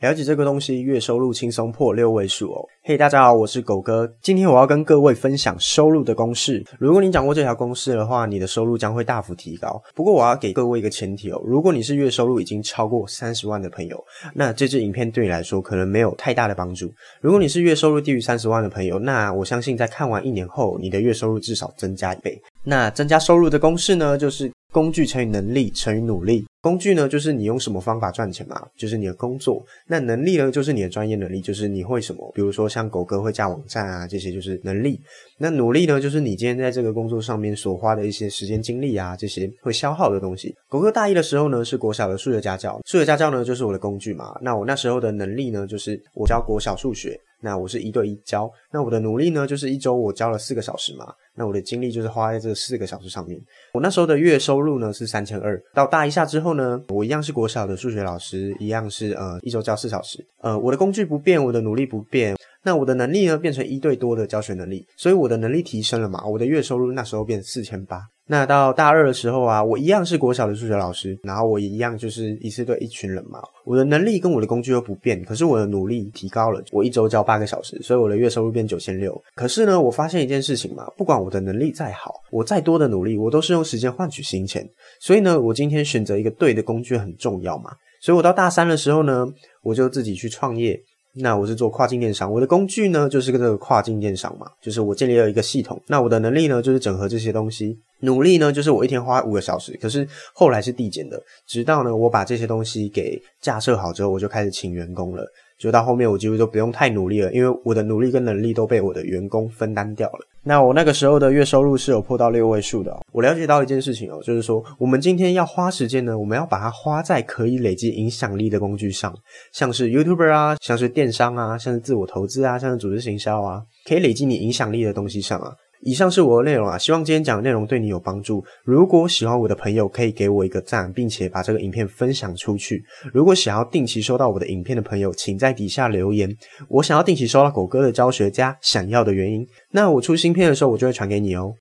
了解这个东西，月收入轻松破6位数哦。嘿，大家好，我是狗哥，今天我要跟各位分享收入的公式。如果你掌握这条公式的话，你的收入将会大幅提高。不过我要给各位一个前提哦，如果你是月收入已经超过30万的朋友，那这支影片对你来说可能没有太大的帮助。如果你是月收入低于30万的朋友，那我相信在看完1年后，你的月收入至少增加1倍。那增加收入的公式呢，就是工具乘以能力乘以努力。工具呢，就是你用什么方法赚钱嘛，就是你的工作。那能力呢，就是你的专业能力，就是你会什么，比如说像狗哥会架网站啊，这些就是能力。那努力呢，就是你今天在这个工作上面所花的一些时间精力啊，这些会消耗的东西。狗哥大一的时候呢，是国小的数学家教，数学家教呢就是我的工具嘛。那我那时候的能力呢，就是我教国小数学，那我是1对1教。那我的努力呢，就是1周我教了4个小时嘛。那我的精力就是花在这4个小时上面。我那时候的月收入呢是3200。到大一下之后呢，我一样是国小的数学老师，一样是1周教4小时。我的工具不变，我的努力不变。那我的能力呢变成1对多的教学能力，所以我的能力提升了嘛，我的月收入那时候变4800。那到大2的时候啊，我一样是国小的数学老师，然后我一样就是一次对一群人嘛，我的能力跟我的工具又不变，可是我的努力提高了，我1周教8个小时，所以我的月收入变9600。可是呢，我发现一件事情嘛，不管我的能力再好，我再多的努力，我都是用时间换取金钱，所以呢，我今天选择一个对的工具很重要嘛，所以我到大3的时候呢，我就自己去创业。那我是做跨境电商，我的工具呢就是这个跨境电商嘛，就是我建立了一个系统。那我的能力呢就是整合这些东西，努力呢就是我一天花5个小时，可是后来是递减的，直到呢我把这些东西给架设好之后，我就开始请员工了，就到后面我几乎都不用太努力了，因为我的努力跟能力都被我的员工分担掉了。那我那个时候的月收入是有破到6位数的哦。我了解到一件事情哦，就是说我们今天要花时间呢，我们要把它花在可以累积影响力的工具上，像是 YouTuber 啊，像是电商啊，像是自我投资啊，像是组织行销啊，可以累积你影响力的东西上啊。以上是我的内容啊，希望今天讲的内容对你有帮助。如果喜欢我的朋友可以给我一个赞，并且把这个影片分享出去。如果想要定期收到我的影片的朋友，请在底下留言，我想要定期收到狗哥的教学加想要的原因，那我出新片的时候我就会传给你哦。